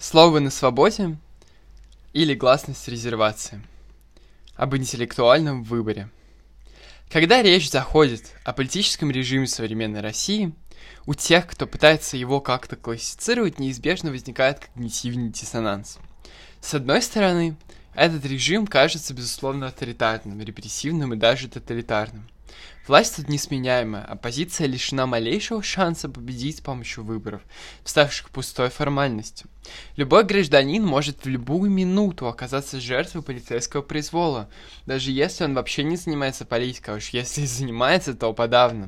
Слово на свободе или гласность резервации. Об интеллектуальном выборе. Когда речь заходит о политическом режиме современной России, у тех, кто пытается его как-то классифицировать, неизбежно возникает когнитивный диссонанс. С одной стороны, этот режим кажется, безусловно, авторитарным, репрессивным и даже тоталитарным. Власть тут несменяемая, оппозиция лишена малейшего шанса победить с помощью выборов, ставших пустой формальностью. Любой гражданин может в любую минуту оказаться жертвой полицейского произвола, даже если он вообще не занимается политикой, а уж если и занимается, то подавно.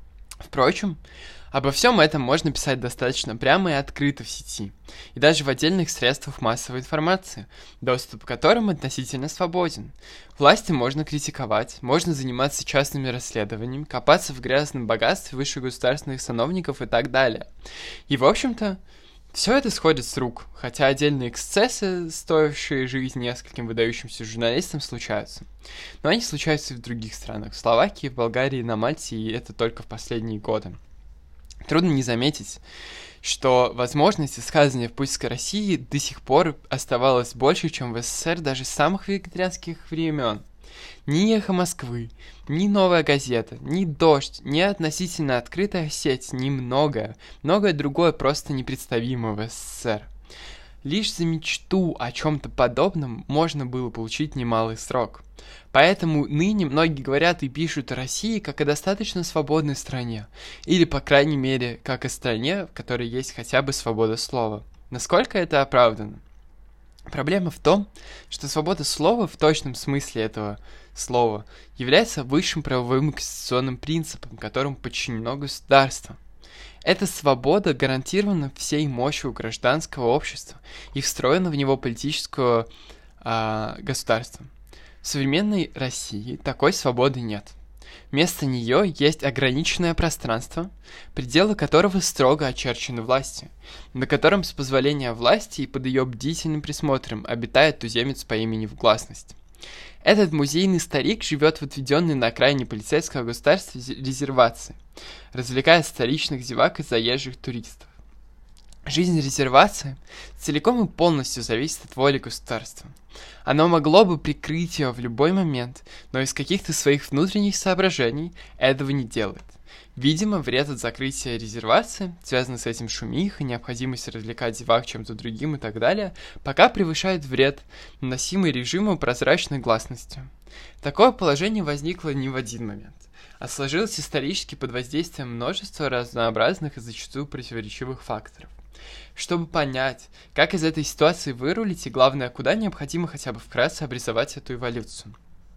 Впрочем, обо всем этом можно писать достаточно прямо и открыто в сети, и даже в отдельных средствах массовой информации, доступ к которым относительно свободен. Власти можно критиковать, можно заниматься частными расследованиями, копаться в грязном богатстве высших государственных сановников и так далее. И, в общем-то, все это сходит с рук, хотя отдельные эксцессы, стоившие жизни нескольким выдающимся журналистам, случаются. Но они случаются и в других странах, в Словакии, в Болгарии, на Мальте, и это только в последние годы. Трудно не заметить, что возможность высказывания в путинской России до сих пор оставалась больше, чем в СССР даже с самых вегетарианских времен. Ни «Эхо Москвы», ни «Новая газета», ни «Дождь», ни относительно открытая сеть, ни многое другое просто непредставимо в СССР. Лишь за мечту о чем-то подобном можно было получить немалый срок. Поэтому ныне многие говорят и пишут о России как о достаточно свободной стране, или, по крайней мере, как о стране, в которой есть хотя бы свобода слова. Насколько это оправдано? Проблема в том, что свобода слова в точном смысле этого слова является высшим правовым и конституционным принципом, которому подчинено государство. Эта свобода гарантирована всей мощью гражданского общества и встроена в него политического государства. В современной России такой свободы нет. Вместо нее есть ограниченное пространство, пределы которого строго очерчены властью, на котором с позволения власти и под ее бдительным присмотром обитает туземец по имени Вгласность. Этот музейный старик живет в отведенной на окраине полицейского государства резервации, развлекая столичных зевак и заезжих туристов. Жизнь резервации целиком и полностью зависит от воли государства. Оно могло бы прикрыть ее в любой момент, но из каких-то своих внутренних соображений этого не делает. Видимо, вред от закрытия резервации, связанный с этим шумиха, необходимость развлекать зевак чем-то другим и так далее, пока превышает вред, наносимый режиму прозрачной гласностью. Такое положение возникло не в один момент, а сложилось исторически под воздействием множества разнообразных и зачастую противоречивых факторов. Чтобы понять, как из этой ситуации вырулить и, главное, куда необходимо хотя бы вкратце обрисовать эту эволюцию.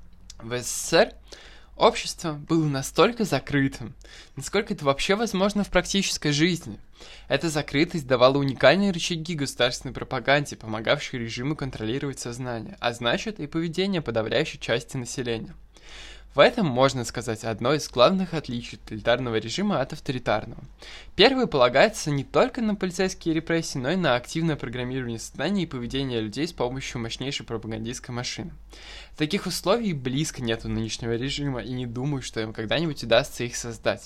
В СССР общество было настолько закрытым, насколько это вообще возможно в практической жизни. Эта закрытость давала уникальные рычаги государственной пропаганде, помогавшей режиму контролировать сознание, а значит и поведение подавляющей части населения. В этом, можно сказать, одно из главных отличий тоталитарного режима от авторитарного. Первый полагается не только на полицейские репрессии, но и на активное программирование сознания и поведения людей с помощью мощнейшей пропагандистской машины. Таких условий близко нет у нынешнего режима, и не думаю, что им когда-нибудь удастся их создать.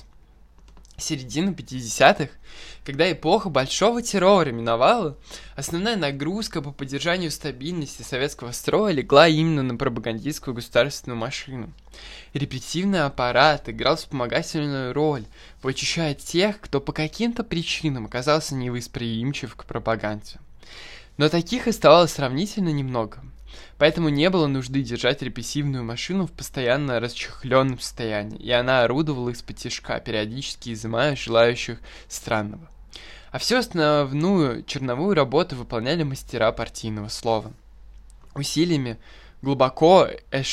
Середина 50-х, когда эпоха большого террора миновала, основная нагрузка по поддержанию стабильности советского строя легла именно на пропагандистскую государственную машину. Репрессивный аппарат играл вспомогательную роль, вычищая тех, кто по каким-то причинам оказался невосприимчив к пропаганде. Но таких оставалось сравнительно немного. Поэтому не было нужды держать репрессивную машину в постоянно расчехленном состоянии, и она орудовала из-под-тишка, периодически изымая желающих странного. А всю основную черновую работу выполняли мастера партийного слова. Усилиями глубоко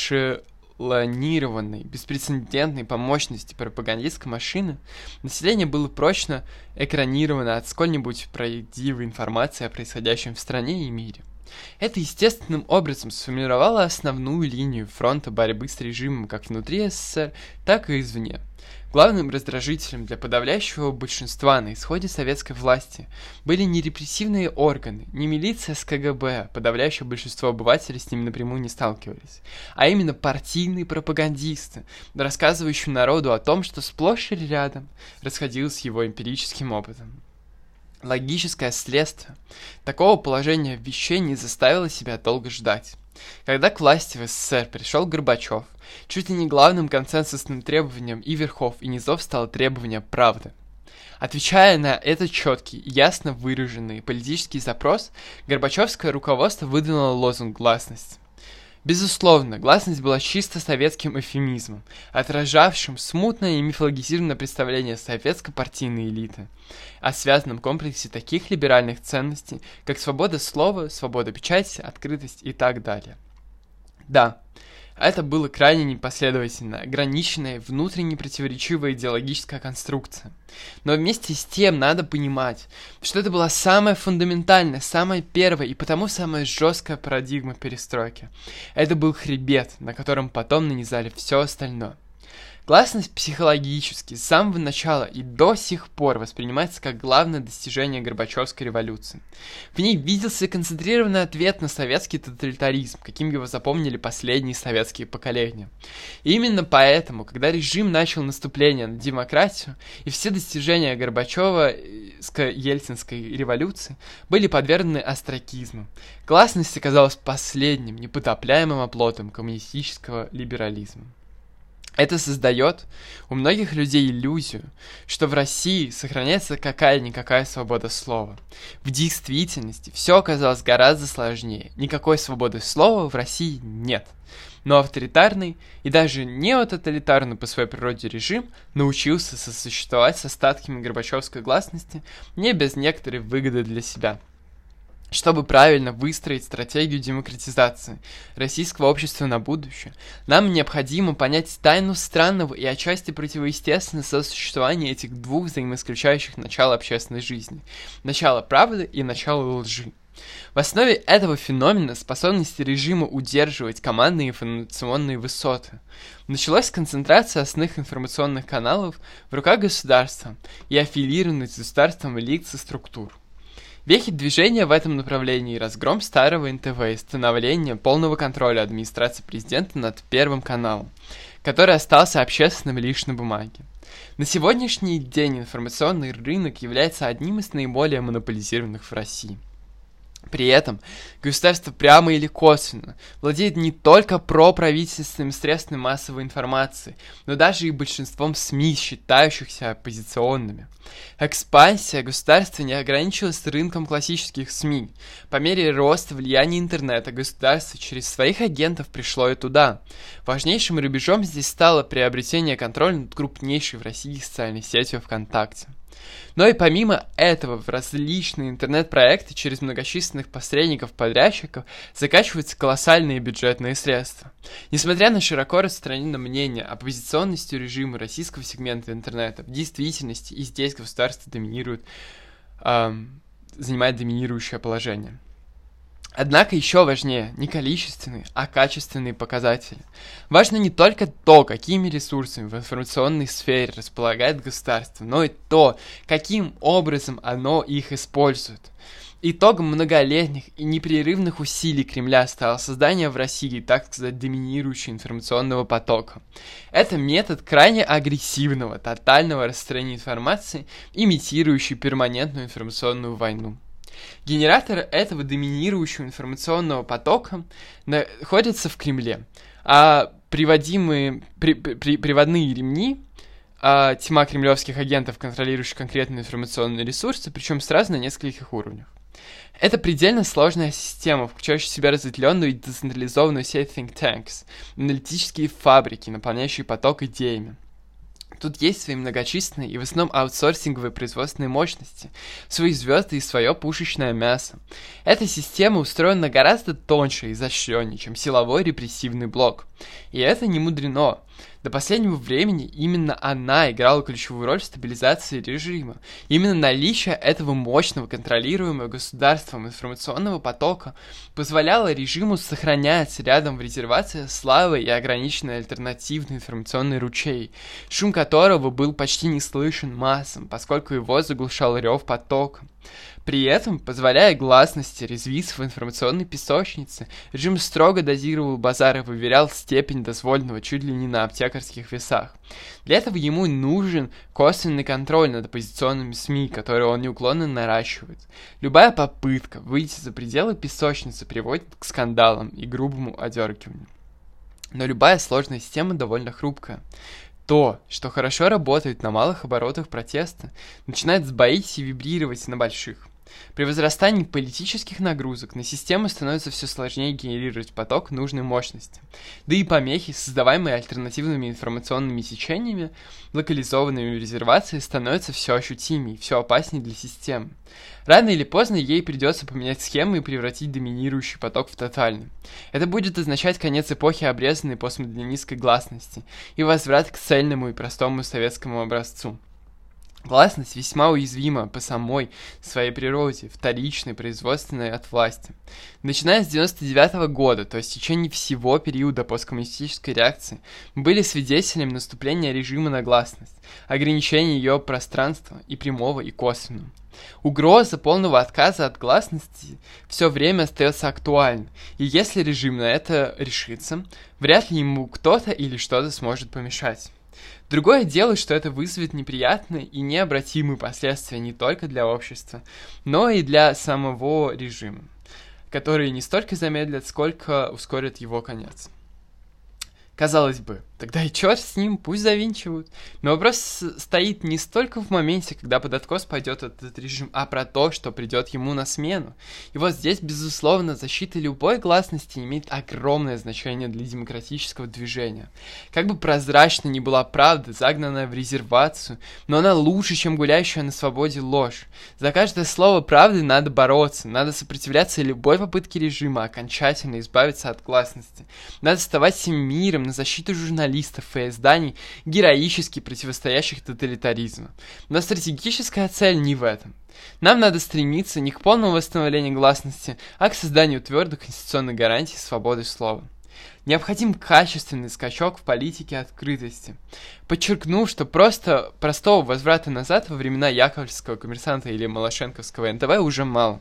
эшелонированной, беспрецедентной по мощности пропагандистской машины население было прочно экранировано от сколь-нибудь правдивой информации о происходящем в стране и мире. Это естественным образом сформировало основную линию фронта борьбы с режимом как внутри СССР, так и извне. Главным раздражителем для подавляющего большинства на исходе советской власти были не репрессивные органы, не милиция с КГБ, подавляющее большинство обывателей с ними напрямую не сталкивались, а именно партийные пропагандисты, рассказывающие народу о том, что сплошь и рядом расходилось с его эмпирическим опытом. Логическое следствие такого положения вещей не заставило себя долго ждать. Когда к власти в СССР пришел Горбачев, чуть ли не главным консенсусным требованием и верхов, и низов стало требование правды. Отвечая на этот четкий и ясно выраженный политический запрос, горбачевское руководство выдвинуло лозунг «Гласность». Безусловно, гласность была чисто советским эвфемизмом, отражавшим смутное и мифологизированное представление советской партийной элиты о связанном комплексе таких либеральных ценностей, как свобода слова, свобода печати, открытость и так далее. Да, это было крайне непоследовательная, ограниченная, внутренне противоречивая идеологическая конструкция. Но вместе с тем надо понимать, что это была самая фундаментальная, самая первая и потому самая жесткая парадигма перестройки. Это был хребет, на котором потом нанизали все остальное. Гласность психологически с самого начала и до сих пор воспринимается как главное достижение Горбачевской революции. В ней виделся концентрированный ответ на советский тоталитаризм, каким его запомнили последние советские поколения. И именно поэтому, когда режим начал наступление на демократию, и все достижения Горбачево-Ельцинской революции были подвергнуты остракизму, гласность оказалась последним непотопляемым оплотом коммунистического либерализма. Это создает у многих людей иллюзию, что в России сохраняется какая-никакая свобода слова. В действительности все оказалось гораздо сложнее. Никакой свободы слова в России нет. Но авторитарный и даже неототалитарный по своей природе режим научился сосуществовать с остатками горбачевской гласности не без некоторой выгоды для себя. Чтобы правильно выстроить стратегию демократизации российского общества на будущее, нам необходимо понять тайну странного и отчасти противоестественного сосуществования этих двух взаимоисключающих начал общественной жизни – начало правды и начало лжи. В основе этого феномена способности режима удерживать командные информационные высоты. Началась концентрация основных информационных каналов в руках государства и аффилированных с государством лиц и структур. Вехи движения в этом направлении – разгром старого НТВ и становление полного контроля администрации президента над Первым каналом, который остался общественным лишь на бумаге. На сегодняшний день информационный рынок является одним из наиболее монополизированных в России. При этом государство прямо или косвенно владеет не только проправительственными средствами массовой информации, но даже и большинством СМИ, считающихся оппозиционными. Экспансия государства не ограничилась рынком классических СМИ. По мере роста влияния интернета государство через своих агентов пришло и туда. Важнейшим рубежом здесь стало приобретение контроля над крупнейшей в России социальной сетью ВКонтакте. Но и помимо этого в различные интернет-проекты через многочисленных посредников-подрядчиков закачиваются колоссальные бюджетные средства. Несмотря на широко распространенное мнение о оппозиционности режима российского сегмента интернета, в действительности и здесь государство занимает доминирующее положение. Однако еще важнее не количественные, а качественные показатели. Важно не только то, какими ресурсами в информационной сфере располагает государство, но и то, каким образом оно их использует. Итогом многолетних и непрерывных усилий Кремля стало создание в России, так сказать, доминирующего информационного потока. Это метод крайне агрессивного, тотального распространения информации, имитирующий перманентную информационную войну. Генератор этого доминирующего информационного потока находится в Кремле, а приводные ремни, тьма кремлевских агентов, контролирующих конкретные информационные ресурсы, причем сразу на нескольких уровнях. Это предельно сложная система, включающая в себя разветвленную и децентрализованную сеть think tanks, аналитические фабрики, наполняющие поток идеями. Тут есть свои многочисленные и в основном аутсорсинговые производственные мощности, свои звезды и свое пушечное мясо. Эта система устроена гораздо тоньше и изощреннее, чем силовой репрессивный блок. И это не мудрено. До последнего времени именно она играла ключевую роль в стабилизации режима. Именно наличие этого мощного, контролируемого государством информационного потока позволяло режиму сохранять рядом в резервации слабый и ограниченный альтернативный информационный ручей, шум которого был почти не слышен массам, поскольку его заглушал рев потока. При этом, позволяя гласности резвиться в информационной песочнице, режим строго дозировал базар и выверял степень дозволенного чуть ли не на аптекарских весах. Для этого ему нужен косвенный контроль над оппозиционными СМИ, которые он неуклонно наращивает. Любая попытка выйти за пределы песочницы приводит к скандалам и грубому одергиванию. Но любая сложная система довольно хрупкая. То, что хорошо работает на малых оборотах протеста, начинает сбоить и вибрировать на больших. При возрастании политических нагрузок на систему становится все сложнее генерировать поток нужной мощности. Да и помехи, создаваемые альтернативными информационными течениями, локализованными в резервации, становятся все ощутимее, все опаснее для системы. Рано или поздно ей придется поменять схему и превратить доминирующий поток в тотальный. Это будет означать конец эпохи обрезанной постмодернистской гласности и возврат к цельному и простому советскому образцу. Гласность весьма уязвима по самой своей природе, вторичной, производственной от власти. Начиная с 1999 года, то есть в течение всего периода посткоммунистической реакции, мы были свидетелем наступления режима на гласность, ограничения ее пространства и прямого, и косвенного. Угроза полного отказа от гласности все время остается актуальной, и если режим на это решится, вряд ли ему кто-то или что-то сможет помешать. Другое дело, что это вызовет неприятные и необратимые последствия не только для общества, но и для самого режима, которые не столько замедлят, сколько ускорят его конец. Казалось бы, тогда и черт с ним, пусть завинчивают. Но вопрос стоит не столько в моменте, когда под откос пойдет этот режим, а про то, что придет ему на смену. И вот здесь, безусловно, защита любой гласности имеет огромное значение для демократического движения. Как бы прозрачна ни была правда, загнанная в резервацию, но она лучше, чем гуляющая на свободе ложь. За каждое слово правды надо бороться, надо сопротивляться любой попытке режима окончательно избавиться от гласности. Надо вставать всем миром на защиту журналистов и изданий, героически противостоящих тоталитаризму. Но стратегическая цель не в этом. Нам надо стремиться не к полному восстановлению гласности, а к созданию твердых конституционных гарантий свободы слова. Необходим качественный скачок в политике открытости. Подчеркну, что простого возврата назад во времена Яковлевского коммерсанта или Малашенковского НТВ уже мало.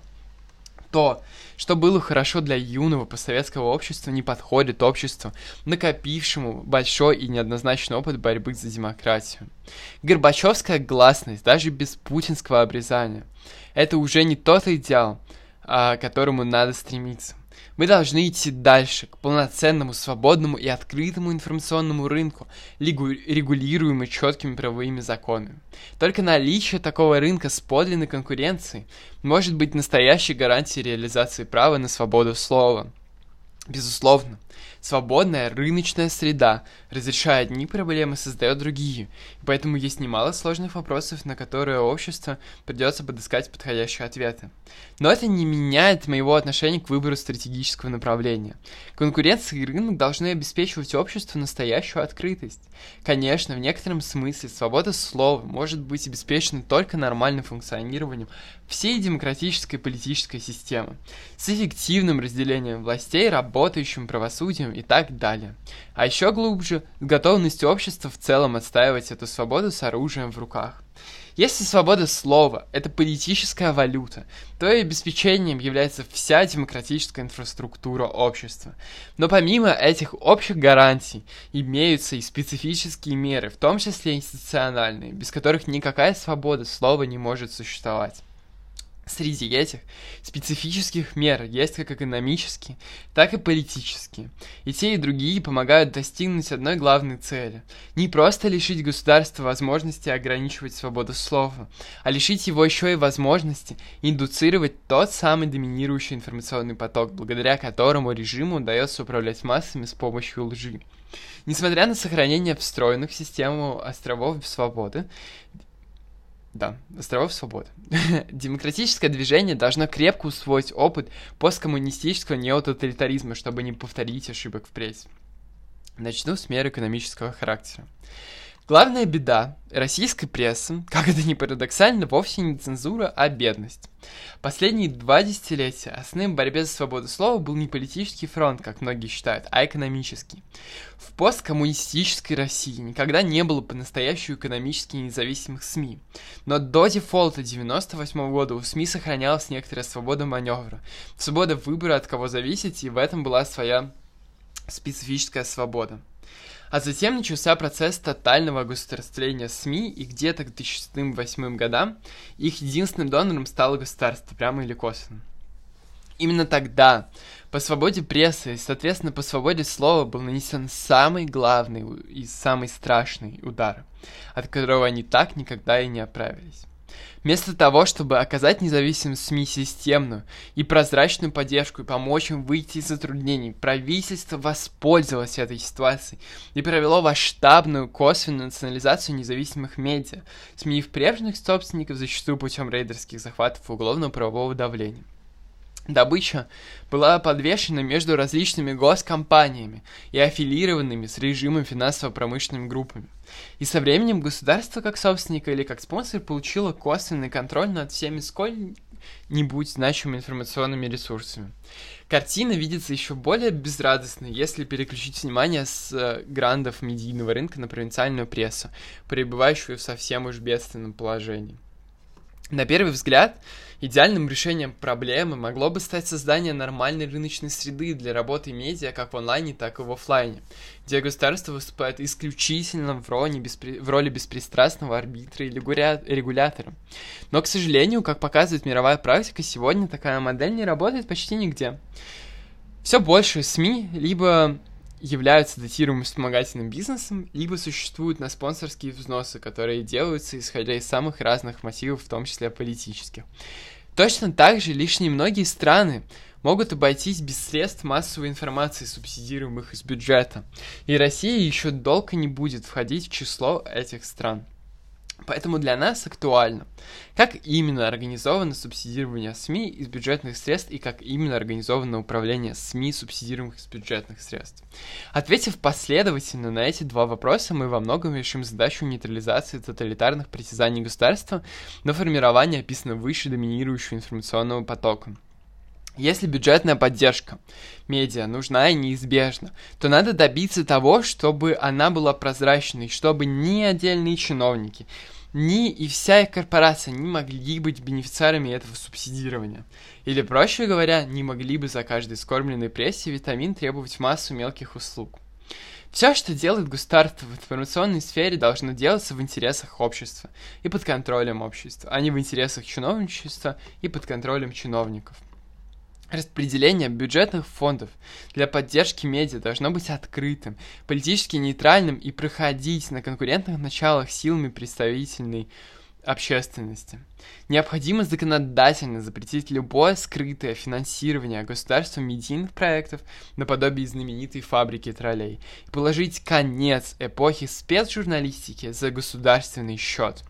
То, что было хорошо для юного постсоветского общества, не подходит обществу, накопившему большой и неоднозначный опыт борьбы за демократию. Горбачевская гласность, даже без путинского обрезания, это уже не тот идеал, к которому надо стремиться. Мы должны идти дальше, к полноценному, свободному и открытому информационному рынку, регулируемому четкими правовыми законами. Только наличие такого рынка с подлинной конкуренцией может быть настоящей гарантией реализации права на свободу слова. Безусловно, свободная рыночная среда, разрешая одни проблемы, создает другие, и поэтому есть немало сложных вопросов, на которые обществу придется подыскать подходящие ответы. Но это не меняет моего отношения к выбору стратегического направления. Конкуренция и рынок должны обеспечивать обществу настоящую открытость. Конечно, в некотором смысле свобода слова может быть обеспечена только нормальным функционированием всей демократической политической системы, с эффективным разделением властей, работающим правосудием и так далее. А еще глубже, с готовностью общества в целом отстаивать эту свободу с оружием в руках. Если свобода слова – это политическая валюта, то и обеспечением является вся демократическая инфраструктура общества. Но помимо этих общих гарантий имеются и специфические меры, в том числе институциональные, без которых никакая свобода слова не может существовать. Среди этих специфических мер есть как экономические, так и политические. И те, и другие помогают достигнуть одной главной цели. Не просто лишить государства возможности ограничивать свободу слова, а лишить его еще и возможности индуцировать тот самый доминирующий информационный поток, благодаря которому режиму удается управлять массами с помощью лжи. Несмотря на сохранение встроенных в систему островов свободы, демократическое движение должно крепко усвоить опыт посткоммунистического неототалитаризма, чтобы не повторить ошибок впредь. Начну с мер экономического характера. Главная беда российской прессы, как это ни парадоксально, вовсе не цензура, а бедность. Последние 2 десятилетия основным в борьбе за свободу слова был не политический фронт, как многие считают, а экономический. В посткоммунистической России никогда не было по-настоящему экономически независимых СМИ. Но до дефолта 1998 года у СМИ сохранялась некоторая свобода маневра, свобода выбора, от кого зависеть, и в этом была своя специфическая свобода. А затем начался процесс тотального государствления СМИ, и где-то к 2007-2008 годам их единственным донором стало государство, прямо или косвенно. Именно тогда по свободе прессы и, соответственно, по свободе слова был нанесен самый главный и самый страшный удар, от которого они так никогда и не оправились. Вместо того, чтобы оказать независимым СМИ системную и прозрачную поддержку и помочь им выйти из затруднений, правительство воспользовалось этой ситуацией и провело масштабную косвенную национализацию независимых медиа, сменив прежних собственников зачастую путем рейдерских захватов и уголовно-правового давления. Добыча была подвешена между различными госкомпаниями и аффилированными с режимом финансово-промышленными группами. И со временем государство как собственник или как спонсор получило косвенный контроль над всеми сколь-нибудь значимыми информационными ресурсами. Картина видится еще более безрадостной, если переключить внимание с грандов медийного рынка на провинциальную прессу, пребывающую в совсем уж бедственном положении. На первый взгляд, идеальным решением проблемы могло бы стать создание нормальной рыночной среды для работы медиа как в онлайне, так и в офлайне, где государство выступает исключительно в роли беспристрастного арбитра или регулятора. Но, к сожалению, как показывает мировая практика, сегодня такая модель не работает почти нигде. Все больше СМИ либо являются датируемым вспомогательным бизнесом, либо существуют на спонсорские взносы, которые делаются исходя из самых разных мотивов, в том числе политических. Точно так же лишь немногие страны могут обойтись без средств массовой информации, субсидируемых из бюджета, и Россия еще долго не будет входить в число этих стран. Поэтому для нас актуально, как именно организовано субсидирование СМИ из бюджетных средств и как именно организовано управление СМИ, субсидируемых из бюджетных средств. Ответив последовательно на эти 2 вопроса, мы во многом решим задачу нейтрализации тоталитарных притязаний государства на формирование описанного выше доминирующего информационного потока. Если бюджетная поддержка медиа нужна и неизбежна, то надо добиться того, чтобы она была прозрачной, чтобы ни отдельные чиновники, ни и вся их корпорация не могли быть бенефициарами этого субсидирования. Или, проще говоря, не могли бы за каждой скормленной прессе витамин требовать массу мелких услуг. Все, что делает государство в информационной сфере, должно делаться в интересах общества и под контролем общества, а не в интересах чиновничества и под контролем чиновников. Распределение бюджетных фондов для поддержки медиа должно быть открытым, политически нейтральным и проходить на конкурентных началах силами представительной общественности. Необходимо законодательно запретить любое скрытое финансирование государством медийных проектов наподобие знаменитой фабрики троллей и положить конец эпохи спецжурналистики за государственный счет.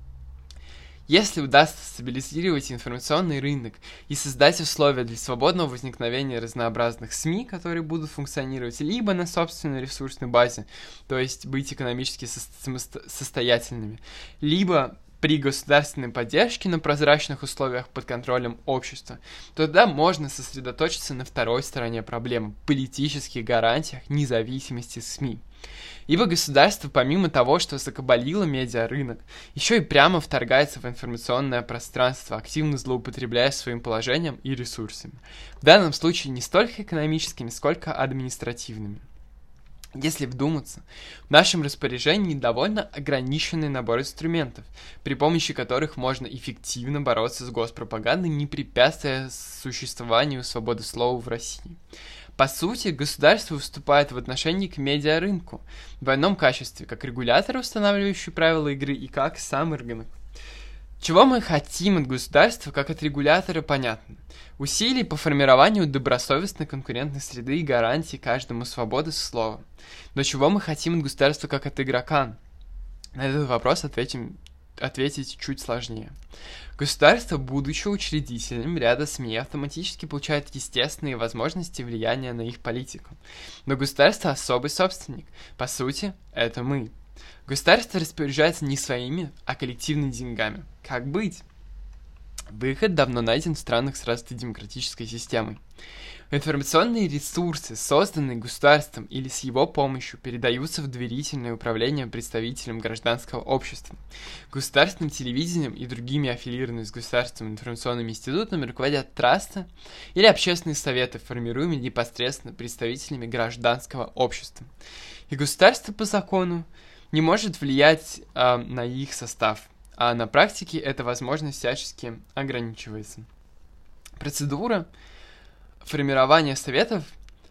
Если удастся стабилизировать информационный рынок и создать условия для свободного возникновения разнообразных СМИ, которые будут функционировать либо на собственной ресурсной базе, то есть быть экономически состоятельными, либо при государственной поддержке на прозрачных условиях под контролем общества, то тогда можно сосредоточиться на второй стороне проблемы – политических гарантиях независимости СМИ. Ибо государство, помимо того, что закабалило медиарынок, еще и прямо вторгается в информационное пространство, активно злоупотребляя своим положением и ресурсами. В данном случае не столько экономическими, сколько административными. Если вдуматься, в нашем распоряжении довольно ограниченный набор инструментов, при помощи которых можно эффективно бороться с госпропагандой, не препятствуя существованию свободы слова в России. По сути, государство выступает в отношении к медиарынку в двойном качестве, как регулятор, устанавливающий правила игры, и как сам рынок. Чего мы хотим от государства, как от регулятора, понятно. Усилий по формированию добросовестной конкурентной среды и гарантии каждому свободы слова. Но чего мы хотим от государства, как от игрока? На этот вопрос ответить чуть сложнее. Государство, будучи учредителем ряда СМИ, автоматически получает естественные возможности влияния на их политику. Но государство особый собственник. По сути, это мы. Государство распоряжается не своими, а коллективными деньгами. Как быть? Выход давно найден в странах с развитой демократической системой. Информационные ресурсы, созданные государством или с его помощью, передаются в доверительное управление представителям гражданского общества. Государственным телевидением и другими аффилированными с государственными информационными институтами руководят трасты или общественные советы, формируемые непосредственно представителями гражданского общества. И государство по закону не может влиять на их состав, а на практике эта возможность всячески ограничивается. Процедура формирование советов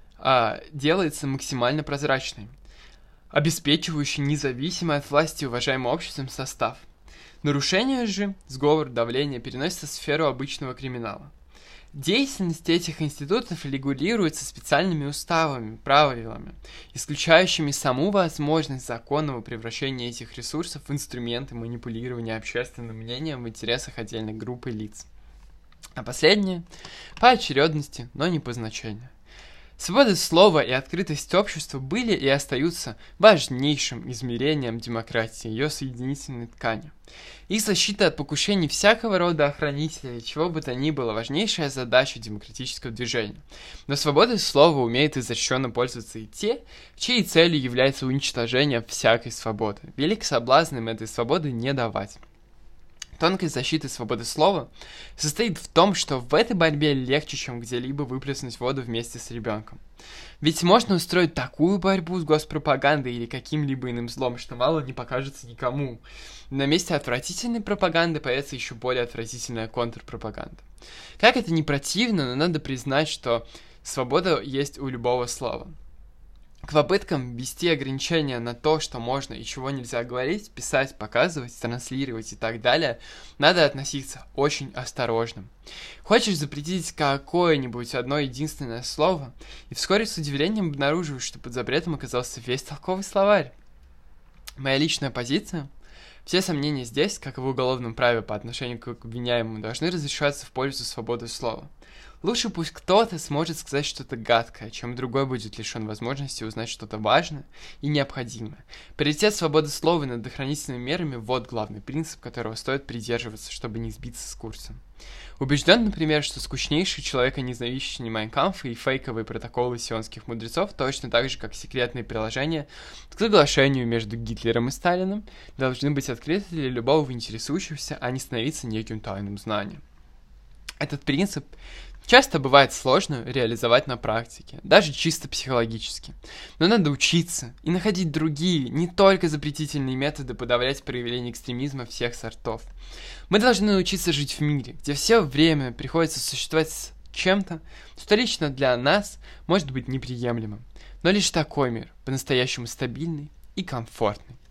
делается максимально прозрачной, обеспечивающей независимый от власти уважаемым обществом состав. Нарушение же, сговор, давление переносится в сферу обычного криминала. Деятельность этих институтов регулируется специальными уставами, правилами, исключающими саму возможность законного превращения этих ресурсов в инструменты манипулирования общественным мнением в интересах отдельных групп и лиц. А последнее – по очередности, но не по значению. Свобода слова и открытость общества были и остаются важнейшим измерением демократии, ее соединительной ткани. Их защита от покушений всякого рода охранителей, чего бы то ни было, важнейшая задача демократического движения. Но свободой слова умеют изощренно пользоваться и те, чьей целью является уничтожение всякой свободы. Велик соблазн им этой свободы не давать. Тонкость защиты свободы слова состоит в том, что в этой борьбе легче, чем где-либо выплеснуть воду вместе с ребенком. Ведь можно устроить такую борьбу с госпропагандой или каким-либо иным злом, что мало не покажется никому. На месте отвратительной пропаганды появится еще более отвратительная контрпропаганда. Как это ни противно, но надо признать, что свобода есть у любого слова. К попыткам ввести ограничения на то, что можно и чего нельзя говорить, писать, показывать, транслировать и так далее, надо относиться очень осторожно. Хочешь запретить какое-нибудь одно единственное слово, и вскоре с удивлением обнаруживаешь, что под запретом оказался весь толковый словарь. Моя личная позиция: все сомнения здесь, как и в уголовном праве по отношению к обвиняемому, должны разрешаться в пользу свободы слова. Лучше пусть кто-то сможет сказать что-то гадкое, чем другой будет лишен возможности узнать что-то важное и необходимое. Приоритет свободы слова над охранительными мерами – вот главный принцип, которого стоит придерживаться, чтобы не сбиться с курса. Убежден, например, что скучнейший человека, ненавидящий Майн Кампф и фейковые протоколы сионских мудрецов, точно так же, как секретные приложения к соглашению между Гитлером и Сталиным, должны быть открыты для любого интересующегося, а не становиться неким тайным знанием. Этот принцип часто бывает сложно реализовать на практике, даже чисто психологически. Но надо учиться и находить другие, не только запретительные методы подавлять проявление экстремизма всех сортов. Мы должны научиться жить в мире, где все время приходится существовать с чем-то, что лично для нас может быть неприемлемым. Но лишь такой мир по-настоящему стабильный и комфортный.